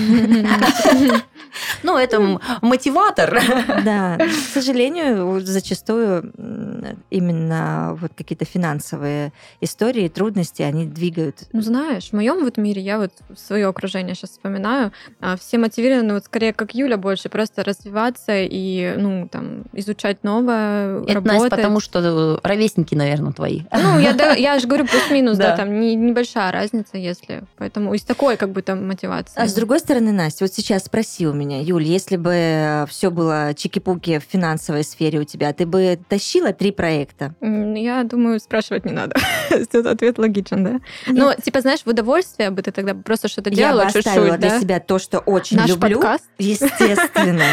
Ну, это мотиватор. Да, к сожалению, зачастую именно вот какие-то финансовые истории, трудности, они двигают. Ну, знаешь, в моем вот мире, я вот свое окружение сейчас вспоминаю, все мотивированы вот скорее как Юля больше, просто развиваться и, ну, там, изучать новое, это, работать. Настя, потому что ровесники, наверное, твои. Ну, я, да, я же говорю плюс-минус, да. да, там не, небольшая разница, если... Поэтому из такой как бы там мотивации. А с другой стороны, Настя, вот сейчас спроси у меня, Юль, если бы все было чики-пуки в финансовой сфере у тебя, ты бы тащила три проекта? Я думаю, спрашивать не надо. Этот ответ логичен, да? Нет. Но, типа, знаешь, в удовольствие бы ты тогда просто что-то делала я бы чуть-чуть, оставила да? для себя то, что очень Наш люблю. Подкаст? Естественно.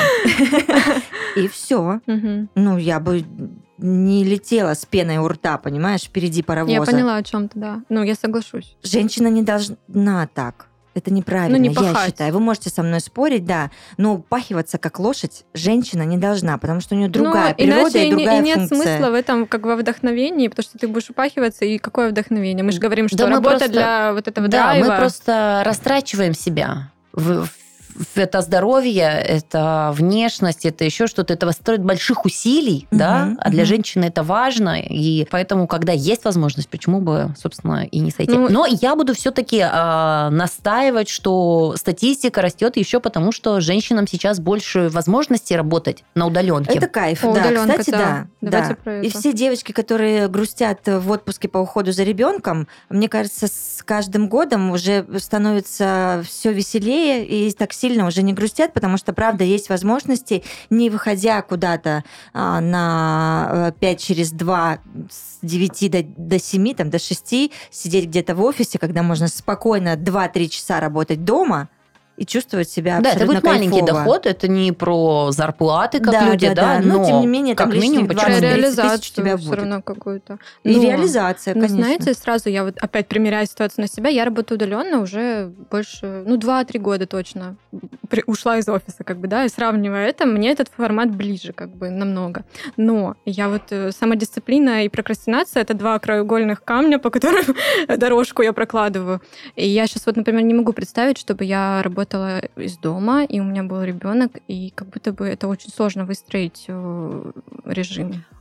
И все. Ну, я бы не летела с пеной у рта, понимаешь, впереди паровоза. Я поняла о чем-то, да. Ну, я соглашусь. Женщина не должна так. Это неправильно, ну, не я считаю. Вы можете со мной спорить, да, но упахиваться как лошадь женщина не должна, потому что у нее другая ну, природа и не, другая и нет функция. смысла в этом как во вдохновении, потому что ты будешь упахиваться, и какое вдохновение? Мы же говорим, что да работа просто, для вот этого да, драйва. мы просто растрачиваем себя в, это здоровье, это внешность, это еще что-то. Это стоит больших усилий, uh-huh, да, а для uh-huh. женщины это важно. И поэтому, когда есть возможность, почему бы, собственно, и не сойти. Ну, но я буду все-таки э, настаивать, что статистика растет еще потому, что женщинам сейчас больше возможностей работать на удаленке. Это кайф, О, да. удаленка, Кстати, да. да. да. И все девочки, которые грустят в отпуске по уходу за ребенком, мне кажется, с каждым годом уже становится все веселее и так сильно уже не грустят, потому что, правда, есть возможности, не выходя куда-то а, на пять через два с девяти до, до семи, там, до шести, сидеть где-то в офисе, когда можно спокойно два-три часа работать дома, и чувствовать себя абсолютно Да, это будет кайфово. Маленький доход, это не про зарплаты, как да, люди, да, да, да. но, но тем не менее, как там минимум, двадцать реализацию у тебя все будет. равно какую-то. И но, реализация, но, конечно. знаете, сразу я вот опять примеряю ситуацию на себя, я работаю удаленно уже больше, ну, два-три года точно. При, ушла из офиса, как бы, да, и сравнивая это, мне этот формат ближе, как бы, намного. Но я вот самодисциплина и прокрастинация — это два краеугольных камня, по которым дорожку я прокладываю. И я сейчас вот, например, не могу представить, чтобы я работала из дома, дома, и у меня был ребенок, и как будто бы это очень сложно выстроить в режиме.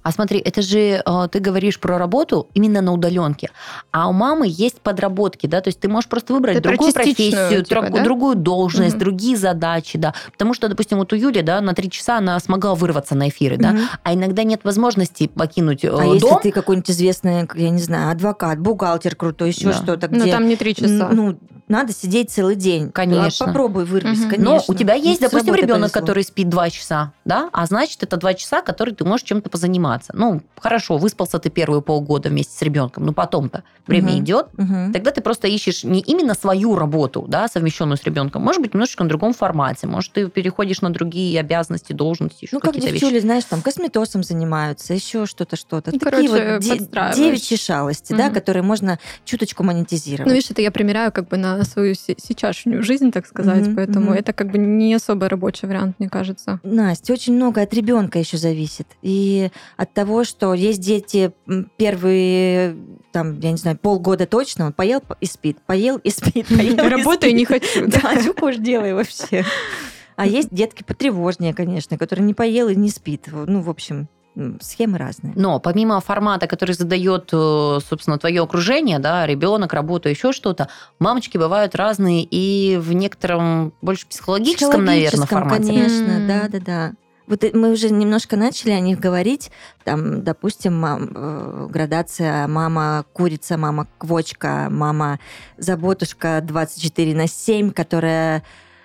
А смотри, это же ты говоришь про работу именно на удаленке, а у мамы есть подработки, да, то есть ты можешь просто выбрать это другую профессию, типа, друг, да? другую должность, угу. другие задачи, да, потому что, допустим, вот у Юли, да, на три часа она смогла вырваться на эфиры, да, угу. а иногда нет возможности покинуть а дом. А если ты какой-нибудь известный, я не знаю, адвокат, бухгалтер крутой, еще да. что-то, где... Ну, там не три часа. Ну, надо сидеть целый день. Конечно. Попробуй вырвись, угу. конечно. Но у тебя есть, ну, допустим, ребенок, повезло. который спит два часа, да, а значит, это два часа, которые ты можешь чем-то позаниматься. Ну, хорошо, выспался ты первые полгода вместе с ребенком, но потом-то время угу. идет, угу. тогда ты просто ищешь не именно свою работу, да, совмещенную с ребенком, может быть, немножечко на другом формате, может, ты переходишь на другие обязанности, должности, еще ну, как какие-то девчули, вещи. знаешь, там косметосом занимаются, еще что-то, что-то. Ну, такие короче, вот де- девичьи шалости, угу. да, которые можно чуточку монетизировать. Ну, видишь, это я примеряю как бы на свою сейчасшнюю жизнь, так сказать, угу, поэтому угу. это как бы не особо рабочий вариант, мне кажется. Настя, очень много от ребенка еще зависит. И от того, что есть дети первые, там, я не знаю, полгода точно, он поел и спит, поел и спит, поел и работаю не хочу. Да, что хочешь, делай вообще. А есть детки потревожнее, конечно, которые не поел и не спит. Ну, в общем... Схемы разные. Но помимо формата, который задает, собственно, твое окружение, да, ребенок, работа, еще что-то, мамочки бывают разные и в некотором больше психологическом, наверное, формате. Конечно, mm. да, да, да. Вот мы уже немножко начали о них говорить. Там, допустим, мам, градация мама курица, мама квочка, мама заботушка двадцать четыре на семь, которая...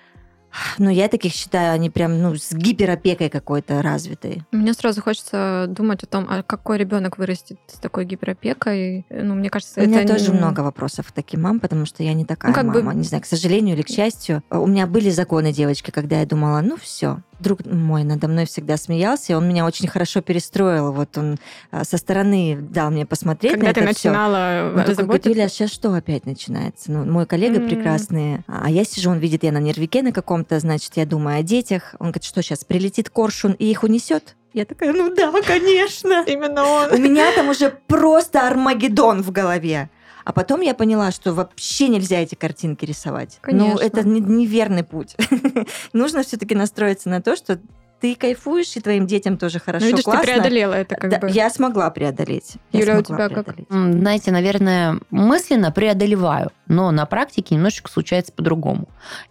Ну, я таких считаю, они прям ну, с гиперопекой какой-то развитой. Мне сразу хочется думать о том, а какой ребенок вырастет с такой гиперопекой. Ну, мне кажется, У меня это тоже не... много вопросов к таким мам, потому что я не такая ну, как мама. бы... Не знаю, к сожалению или к счастью. У меня были законы, девочки, когда я думала, ну все. Друг мой надо мной всегда смеялся, и он меня очень хорошо перестроил. Вот он со стороны дал мне посмотреть когда на это ты начинала всё. Он заботиться? Юля, сейчас что опять начинается? Ну, мой коллега mm. прекрасный, а я сижу, он видит, я на нервике на каком-то, значит, я думаю о детях. Он говорит, что сейчас прилетит коршун и их унесет? Я такая, ну да, конечно. Именно он. У меня там уже просто Армагеддон в голове. А потом я поняла, что вообще нельзя эти картинки рисовать. Конечно. Ну, это неверный путь. Нужно все-таки настроиться на то, что ты кайфуешь, и твоим детям тоже хорошо, ну, видишь, классно. ты преодолела это как да, бы. Я смогла преодолеть. Я Юля, у смогла тебя преодолеть. как? Знаете, наверное, мысленно преодолеваю, но на практике немножечко случается по-другому.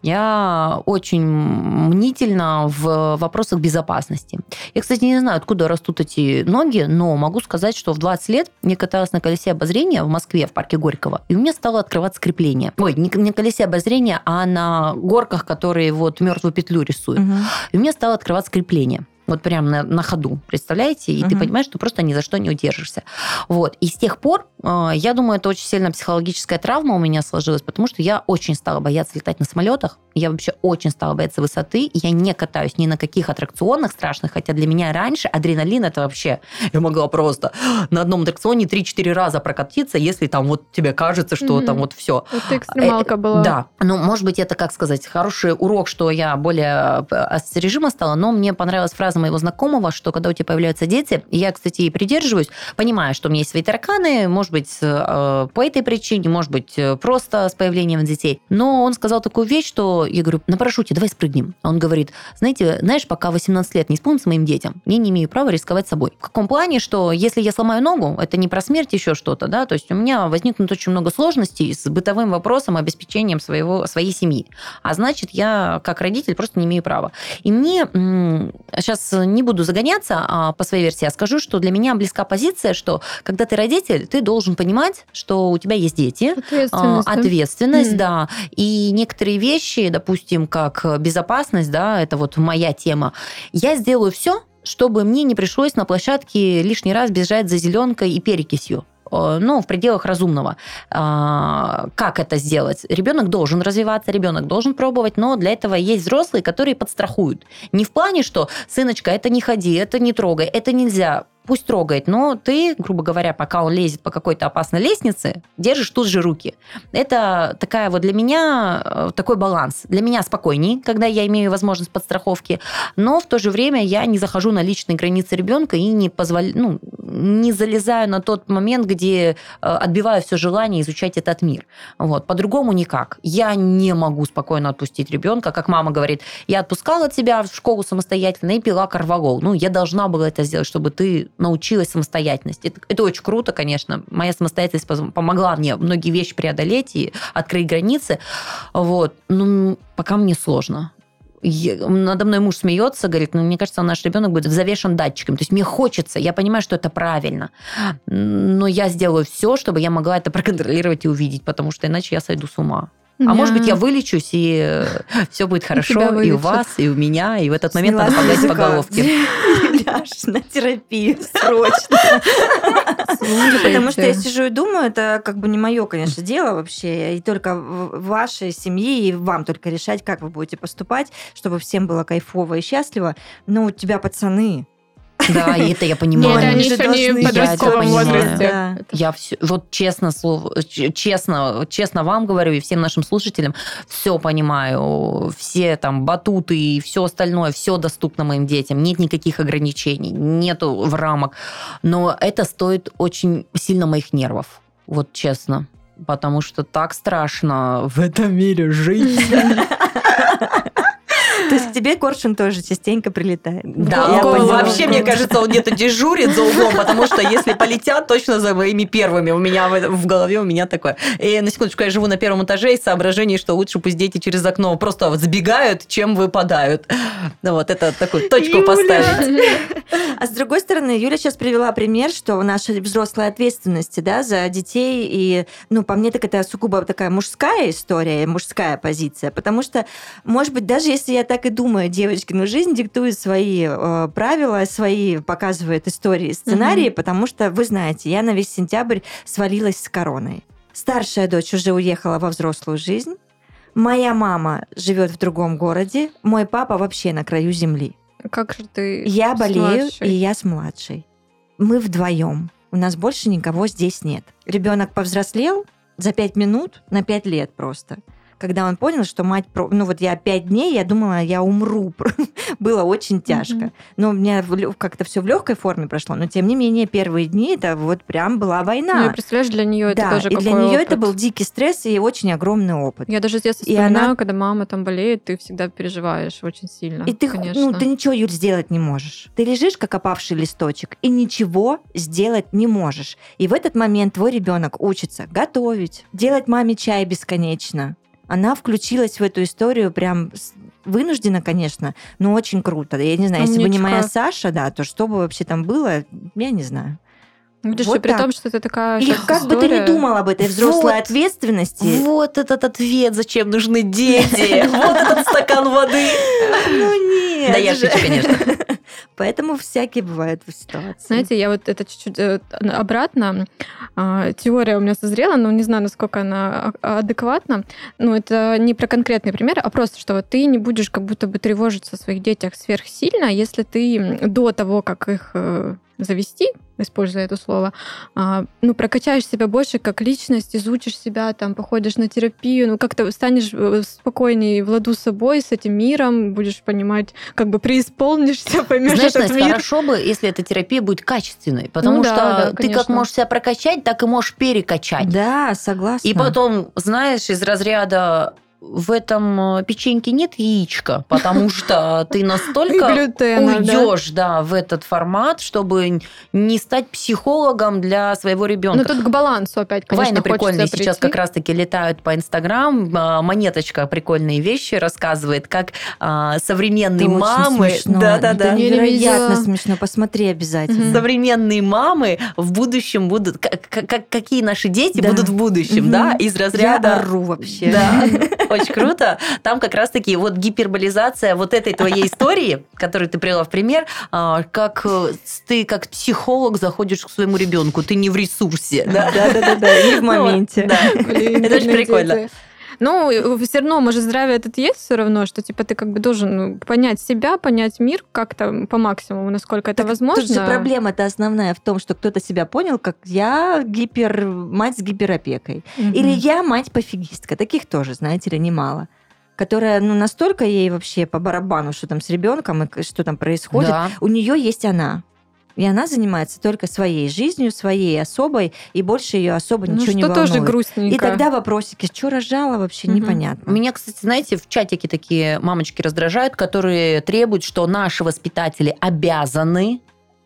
Я очень мнительна в вопросах безопасности. Я, кстати, не знаю, откуда растут эти ноги, но могу сказать, что в двадцать лет я каталась на колесе обозрения в Москве, в парке Горького, и у меня стало открываться крепление. Ой, не на колесе обозрения, а на горках, которые вот мертвую петлю рисуют. Угу. И у меня стало открываться крепление. Вот прям на, на ходу, представляете? И uh-huh. ты понимаешь, что просто ни за что не удержишься. Вот. И с тех пор, э, я думаю, это очень сильно психологическая травма у меня сложилась, потому что я очень стала бояться летать на самолетах, я вообще очень стала бояться высоты, и я не катаюсь ни на каких аттракционах страшных, хотя для меня раньше адреналин это вообще... Я могла просто на одном аттракционе три-четыре раза прокатиться, если там вот тебе кажется, что uh-huh. там вот все. Вот ты экстремалка была. Да. Ну, может быть, это, как сказать, хороший урок, что я более остережима стала, но мне понравилась фраза моего знакомого, что когда у тебя появляются дети, я, кстати, и придерживаюсь, понимаю, что у меня есть свои тараканы, может быть, по этой причине, может быть, просто с появлением детей. Но он сказал такую вещь, что я говорю, на парашюте давай спрыгнем. Он говорит, знаете, знаешь, пока восемнадцать лет не исполнится моим детям, я не имею права рисковать собой. В каком плане, что если я сломаю ногу, это не про смерть, еще что-то, да, то есть у меня возникнут очень много сложностей с бытовым вопросом, обеспечением своего, своей семьи. А значит, я, как родитель, просто не имею права. И мне сейчас не буду загоняться а по своей версии, а скажу, что для меня близка позиция, что когда ты родитель, ты должен понимать, что у тебя есть дети, ответственность, ответственность да, да. И некоторые вещи, допустим, как безопасность, да, это вот моя тема, я сделаю все, чтобы мне не пришлось на площадке лишний раз бежать за зеленкой и перекисью. Ну, в пределах разумного. Как это сделать? Ребенок должен развиваться, ребенок должен пробовать, но для этого есть взрослые, которые подстрахуют. Не в плане, что, сыночка, это не ходи, это не трогай, это нельзя. Пусть трогает, но ты, грубо говоря, пока он лезет по какой-то опасной лестнице, держишь тут же руки. Это такая вот для меня такой баланс. Для меня спокойней, когда я имею возможность подстраховки, но в то же время я не захожу на личные границы ребенка и не позволяю, ну, не залезаю на тот момент, где отбиваю все желание изучать этот мир. Вот. По-другому никак. Я не могу спокойно отпустить ребенка. Как мама говорит, я отпускала тебя в школу самостоятельно и пила карвалол. Ну, я должна была это сделать, чтобы ты научилась самостоятельности. Это, это очень круто, конечно. Моя самостоятельность помогла мне многие вещи преодолеть и открыть границы. Вот. Но пока мне сложно. Я, надо мной муж смеется, говорит, ну, мне кажется, наш ребенок будет завешен датчиком. То есть мне хочется, я понимаю, что это правильно, но я сделаю все, чтобы я могла это проконтролировать и увидеть, потому что иначе я сойду с ума. А yeah. может быть, я вылечусь, и все будет хорошо и у вас, и у меня, и в этот момент надо подать по головке. Ляжь на терапию срочно. Потому что я сижу и думаю, это как бы не мое, конечно, дело вообще, и только в вашей семье, и вам только решать, как вы будете поступать, чтобы всем было кайфово и счастливо. Но у тебя пацаны. Да, и это я понимаю. Нет, они еще не в подростковом возрасте. Да. Я все, вот честно, слово, честно, честно вам говорю и всем нашим слушателям, все понимаю, все там батуты и все остальное, все доступно моим детям, нет никаких ограничений, нету в рамок, но это стоит очень сильно моих нервов, вот честно, потому что так страшно в этом мире жить. То есть тебе коршун тоже частенько прилетает. Да, вообще, мне кажется, он где-то дежурит за углом, потому что если полетят, точно за моими первыми. У меня в голове у меня такое. И на секундочку, я живу на первом этаже из соображений, что лучше пусть дети через окно просто забегают, чем выпадают. Ну вот, это такую точку Юля. Поставить. А с другой стороны, Юля сейчас привела пример, что наша взрослая ответственность, да, за детей, и, ну, по мне, так это сугубо такая мужская история, мужская позиция, потому что, может быть, даже если я так и думаю, девочки, но жизнь диктует свои э, правила, свои показывает истории, сценарии, угу. потому что, вы знаете, я на весь сентябрь свалилась с короной. Старшая дочь уже уехала во взрослую жизнь, моя мама живет в другом городе, мой папа вообще на краю земли. Как же ты Я болею, младшей? И я с младшей. Мы вдвоем. У нас больше никого здесь нет. Ребенок повзрослел за пять минут на пять лет просто. Когда он понял, что мать... Ну вот я пять дней, я думала, я умру. Было очень тяжко. Mm-hmm. Но у меня как-то все в легкой форме прошло. Но тем не менее, первые дни это вот прям была война. Ну и представляешь, для нее это да, тоже и какой для нее опыт. Это был дикий стресс и очень огромный опыт. Я даже с детства и вспоминаю, она... когда мама там болеет, ты всегда переживаешь очень сильно. И ты, конечно. ну, ты ничего, Юль, сделать не можешь. Ты лежишь, как опавший листочек, и ничего сделать не можешь. И в этот момент твой ребенок учится готовить, делать маме чай бесконечно. Она включилась в эту историю прям вынуждена, конечно, но очень круто. Я не знаю, Умничка. Если бы не моя Саша, да, то что бы вообще там было, я не знаю. Видишь, вот и при так. том, что ты такая Или как история... бы ты ни думал об этой взрослой вот, ответственности. Вот этот ответ, зачем нужны дети. Вот этот стакан воды. Ну нет. Да я шучу, конечно. Поэтому всякие бывают ситуации. Знаете, я вот это чуть-чуть обратно. Теория у меня созрела, но не знаю, насколько она адекватна. Ну, это не про конкретный пример, а просто, что вот ты не будешь как будто бы тревожиться о своих детях сверхсильно, если ты до того, как их завести, используя это слово, ну, прокачаешь себя больше как личность, изучишь себя, там, походишь на терапию, ну, как-то станешь спокойнее в ладу с собой, с этим миром, будешь понимать, как бы преисполнишься, поймешь Знаешь, этот Настя, мир. хорошо бы, если эта терапия будет качественной, потому ну, что да, да, ты конечно. как можешь себя прокачать, так и можешь перекачать. Да, согласна. И потом, знаешь, из разряда в этом печеньке нет яичка, потому что ты настолько уйдешь, да, в этот формат, чтобы не стать психологом для своего ребенка. Ну, тут к балансу опять, конечно, Вайны прикольные прийти. Сейчас как раз-таки летают по Инстаграм. Монеточка прикольные вещи рассказывает, как а, современные это мамы... Очень смешно. Да, да, да. Это невероятно смешно. Посмотри обязательно. Угу. Современные мамы в будущем будут... Как, как, какие наши дети да. будут в будущем, угу. да? Из разряда... Я ору вообще. Да, очень круто. Там как раз-таки вот гиперболизация вот этой твоей истории, которую ты привела в пример, как ты как психолог заходишь к своему ребенку, ты не в ресурсе. Да, да, да, да, не в моменте. Это очень прикольно. Ну, все равно, может, здравие этот есть все равно, что типа ты как бы должен понять себя, понять мир как-то по максимуму, насколько это так возможно. Тут же проблема-то основная в том, что кто-то себя понял, как я гипер... мать с гиперопекой. Угу. Или я мать-пофигистка. Таких тоже, знаете ли, немало. Которая, ну, настолько ей вообще по барабану, что там с ребенком и что там происходит. Да. У нее есть она. И она занимается только своей жизнью, своей особой, и больше ее особо ну, ничего не волнует. Тоже грустненько. И тогда вопросики, что рожала, вообще угу. непонятно. Меня, кстати, знаете, в чатике такие мамочки раздражают, которые требуют, что наши воспитатели обязаны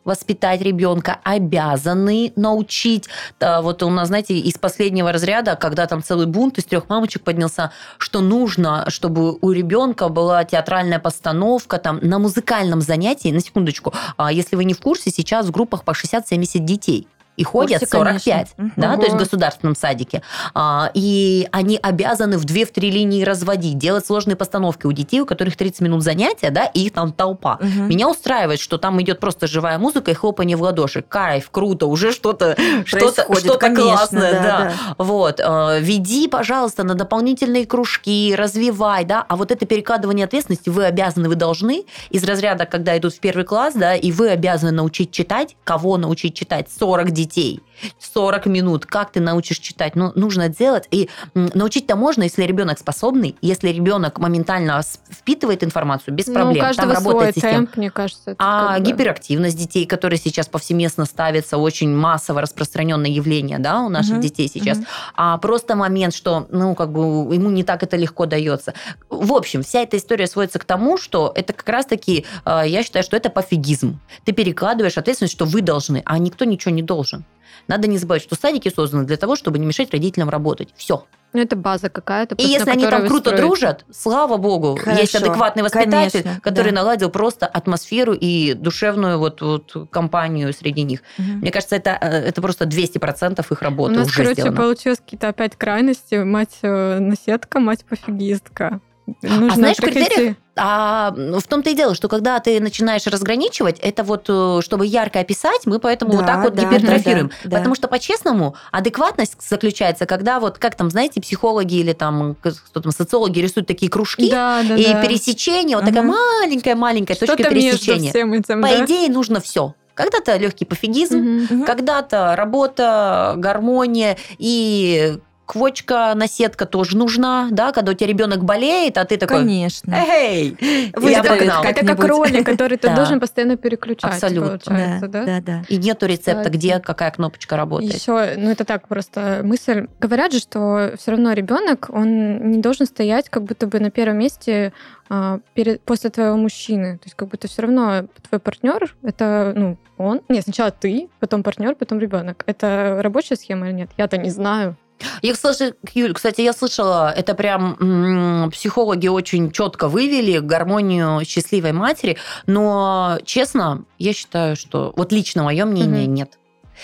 воспитать ребенка, обязаны научить. Да, вот у нас, знаете, из последнего разряда, когда там целый бунт из трех мамочек поднялся, что нужно, чтобы у ребенка была театральная постановка там на музыкальном занятии, на секундочку, если вы не в курсе, сейчас в группах по шестьдесят-семьдесят детей. И ходят Курсе, сорок пять, конечно. да, Ого. то есть в государственном садике. А, и они обязаны в две-три линии разводить, делать сложные постановки у детей, у которых тридцать минут занятия, да, и их там толпа. Мгм. Меня устраивает, что там идет просто живая музыка и хлопанье в ладоши. Кайф, круто, уже что-то, что-то, Происходит, что-то конечно, классное. да, Да, да. Вот. э, Веди, пожалуйста, на дополнительные кружки, развивай, да. А вот это перекладывание ответственности вы обязаны, вы должны из разряда, когда идут в первый класс, да, и вы обязаны научить читать. Кого научить читать? сорок детей. сорок минут. Как ты научишь читать? Ну, нужно это делать. И м, научить-то можно, если ребенок способный, если ребенок моментально с- впитывает информацию, без Ну, проблем. у каждого Там свой работает система. темп, мне кажется. это А как бы- гиперактивность детей, которые сейчас повсеместно ставятся, очень массово распространенное явление, да, у наших Мгм, детей сейчас. мгм. А просто момент, что, ну, как бы ему не так это легко дается. В общем, вся эта история сводится к тому, что это как раз-таки, э, я считаю, что это пофигизм. Ты перекладываешь ответственность, что вы должны, а никто ничего не должен. Надо не забывать, что садики созданы для того, чтобы не мешать родителям работать. Все. Ну, это база какая-то. И просто, если на они которой там вы круто строите. дружат, слава богу, Хорошо, есть адекватный воспитатель, конечно, который да. наладил просто атмосферу и душевную вот, вот компанию среди них. Мгм. Мне кажется, это, э, это просто двести процентов их У работы нас, уже короче, сделано. получилось какие-то опять крайности. Мать э, наседка, мать пофигистка. Нужно А знаешь, в прекратить. критериях, а, в том-то и дело, что когда ты начинаешь разграничивать, это вот, э, чтобы ярко описать, мы поэтому Да, вот так вот да, гипертрофируем. да, да, да. Потому что, по-честному, адекватность заключается, когда вот, как там, знаете, психологи или там, кто там, социологи рисуют такие кружки, Да, да, и да. пересечение, вот Мгм. такая маленькая-маленькая точка Что-то между пересечения. всем этим, По да. идее, нужно все. Когда-то легкий пофигизм, Мгм. Мгм. когда-то работа, гармония и квочка, наседка тоже нужна, да, когда у тебя ребенок болеет, а ты такой, Конечно. эй, Вы я это погнал. как- Это как как-нибудь. ролик, который ты Да. должен постоянно переключать, Абсолютно. получается, Да, да? да, да. И нету рецепта, Кстати. где какая кнопочка работает. Еще, ну это так просто мысль. Говорят же, что все равно ребенок, он не должен стоять как будто бы на первом месте а, перед, после твоего мужчины. То есть как будто все равно твой партнер это, ну, он. Нет, сначала ты, потом партнер, потом ребенок. Это рабочая схема или нет? Я-то не знаю. Я, кстати, Юль, кстати, я слышала, это прям м, психологи очень четко вывели гармонию счастливой матери, но, честно, я считаю, что вот лично мое мнение Мгм. нет.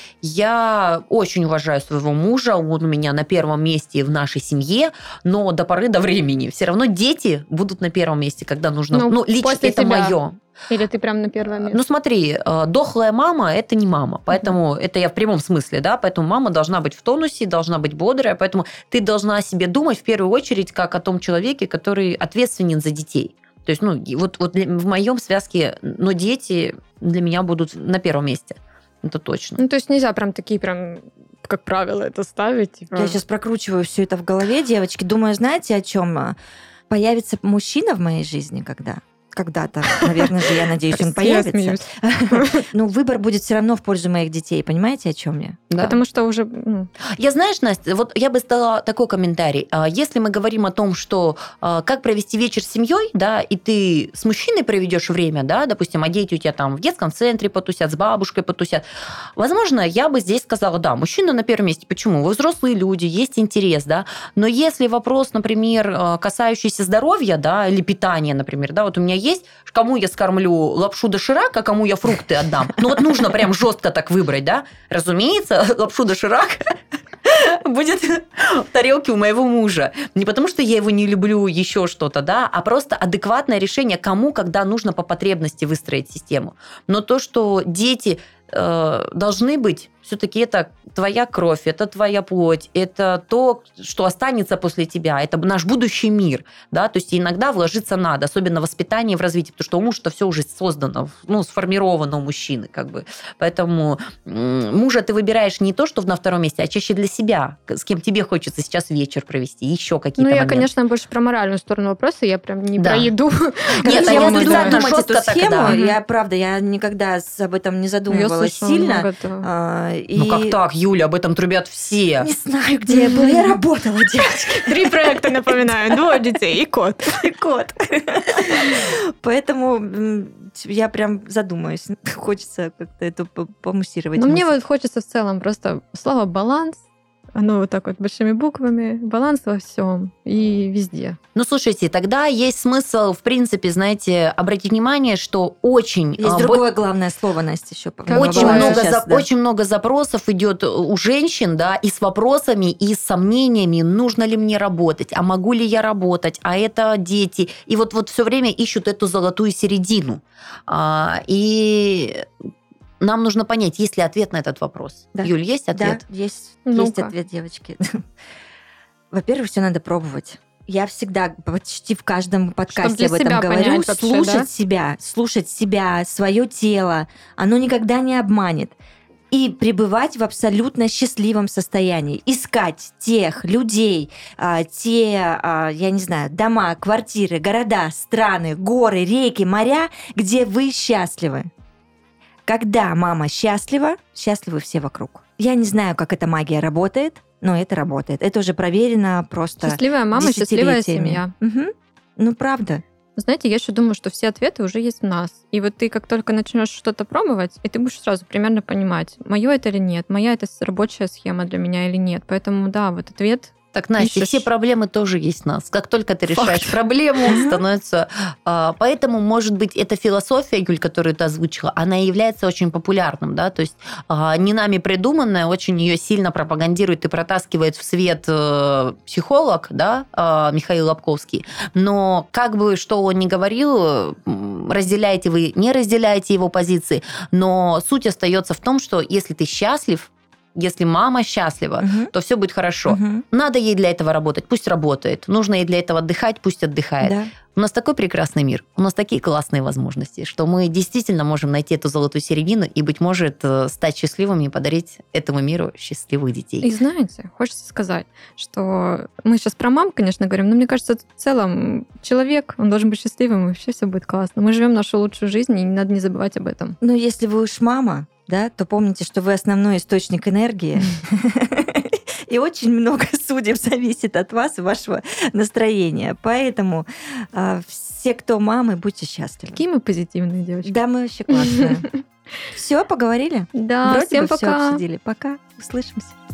Я очень уважаю своего мужа, он у меня на первом месте в нашей семье, но до поры до времени все равно дети будут на первом месте, когда нужно. Ну, Ну, лично после это тебя. мое. Или ты прям на первое место? Ну, смотри, э, дохлая мама – это не мама, поэтому это я в прямом смысле, да, поэтому мама должна быть в тонусе, должна быть бодрая, поэтому ты должна о себе думать в первую очередь как о том человеке, который ответственен за детей. То есть, ну, и вот, вот для- в моем связке, но дети для меня будут на первом месте, это точно. Ну, то есть нельзя прям такие прям, как правило, это ставить. Типа. Я сейчас прокручиваю все это в голове, девочки. Думаю, знаете, о чем? Появится мужчина в моей жизни когда? Когда-то, наверное же, я надеюсь, он Я появится. смеюсь. Ну, выбор будет все равно в пользу моих детей. Понимаете, о чем я? Да. Потому что уже... ну, Я, знаешь, Настя, вот я бы стала такой комментарий. А, Если мы говорим о том, что а, как провести вечер с семьей, да, и ты с мужчиной проведешь время, да, допустим, а дети у тебя там в детском центре потусят, с бабушкой потусят, возможно, я бы здесь сказала, да, мужчина на первом месте. Почему? Вы взрослые люди, есть интерес, да, но если вопрос, например, а, касающийся здоровья, да, или питания, например, да, вот у меня есть, кому я скормлю лапшу доширак, а кому я фрукты отдам. Ну вот нужно прям жестко так выбрать, да. Разумеется, лапшу доширак будет в тарелке у моего мужа. Не потому, что я его не люблю, еще что-то, да, а просто адекватное решение, кому, когда нужно по потребности выстроить систему. Но то, что дети э, должны быть, все-таки это твоя кровь, это твоя плоть, это то, что останется после тебя, это наш будущий мир, да, то есть иногда вложиться надо, особенно в воспитание и в развитие, потому что у мужа все уже создано, ну, сформировано у мужчины, как бы, поэтому м, мужа ты выбираешь не то, что на втором месте, а чаще для себя, с кем тебе хочется сейчас вечер провести, еще какие-то Ну, я, моменты. конечно, больше про моральную сторону вопроса, я прям не Да. про еду. Нет, я а я буду специально думать жестко эту так, схему. да. Я, правда, я никогда с- об этом не Я задумывалась слышала сильно. много этого. А, И... Ну как так, Юля, об этом трубят все. Не знаю, где я была. Я работала, девочки. Три проекта, напоминаю. Двое детей и кот. И кот. Поэтому я прям задумаюсь. Хочется как-то это помуссировать. Ну, мне вот хочется в целом просто слово «баланс». Оно вот так вот большими буквами. Баланс во всем и везде. Ну, слушайте, тогда есть смысл, в принципе, знаете, обратить внимание, что очень... Есть а, другое главное слово, Настя, еще. Очень много, сейчас, за, да. очень много запросов идет у женщин, да, и с вопросами, и с сомнениями, нужно ли мне работать, а могу ли я работать, а это дети. И вот, вот все время ищут эту золотую середину. А, и... Нам нужно понять, есть ли ответ на этот вопрос. Да. Юль, есть ответ? Да, есть, Ну-ка. есть ответ, девочки. Во-первых, все надо пробовать. Я всегда почти в каждом подкасте об этом говорю. Вообще, слушать да? себя, слушать себя, свое тело. Оно никогда не обманет. И пребывать в абсолютно счастливом состоянии. Искать тех людей, а, те, а, я не знаю, дома, квартиры, города, страны, горы, реки, моря, где вы счастливы. Когда мама счастлива, счастливы все вокруг. Я не знаю, как эта магия работает, но это работает. Это уже проверено просто Счастливая мама, счастливая десятилетиями. семья. Угу. Ну, правда. Знаете, я еще думаю, что все ответы уже есть в нас. И вот ты как только начнешь что-то пробовать, и ты будешь сразу примерно понимать, мое это или нет, моя это рабочая схема для меня или нет. Поэтому да, вот ответ... Так, Настя, Ищешь. все проблемы тоже есть в нас. Как только ты решаешь Факт. проблему, становится... а, Поэтому, может быть, эта философия, Юль, которую ты озвучила, она и является очень популярным, да, то есть а, не нами придуманная, очень ее сильно пропагандирует и протаскивает в свет э, психолог, да, а, Михаил Лобковский. Но как бы что он ни говорил, м, разделяете вы, не разделяете его позиции, но суть остается в том, что если ты счастлив, если мама счастлива, Мгм. то все будет хорошо. Мгм. Надо ей для этого работать, пусть работает. Нужно ей для этого отдыхать, пусть отдыхает. Да. У нас такой прекрасный мир, у нас такие классные возможности, что мы действительно можем найти эту золотую середину и, быть может, э, стать счастливыми и подарить этому миру счастливых детей. И знаете, хочется сказать, что мы сейчас про мам, конечно, говорим, но мне кажется, в целом человек, он должен быть счастливым, и вообще все будет классно. Мы живем нашу лучшую жизнь, и не надо не забывать об этом. Ну, если вы уж мама, да, то помните, что вы основной источник энергии. И очень много судеб зависит от вас и вашего настроения. Поэтому э, все, кто мамы, будьте счастливы. Какие мы позитивные девочки. Да, мы вообще классные. Все, поговорили? Да, Вроде всем бы всё пока. обсудили. Пока. Услышимся.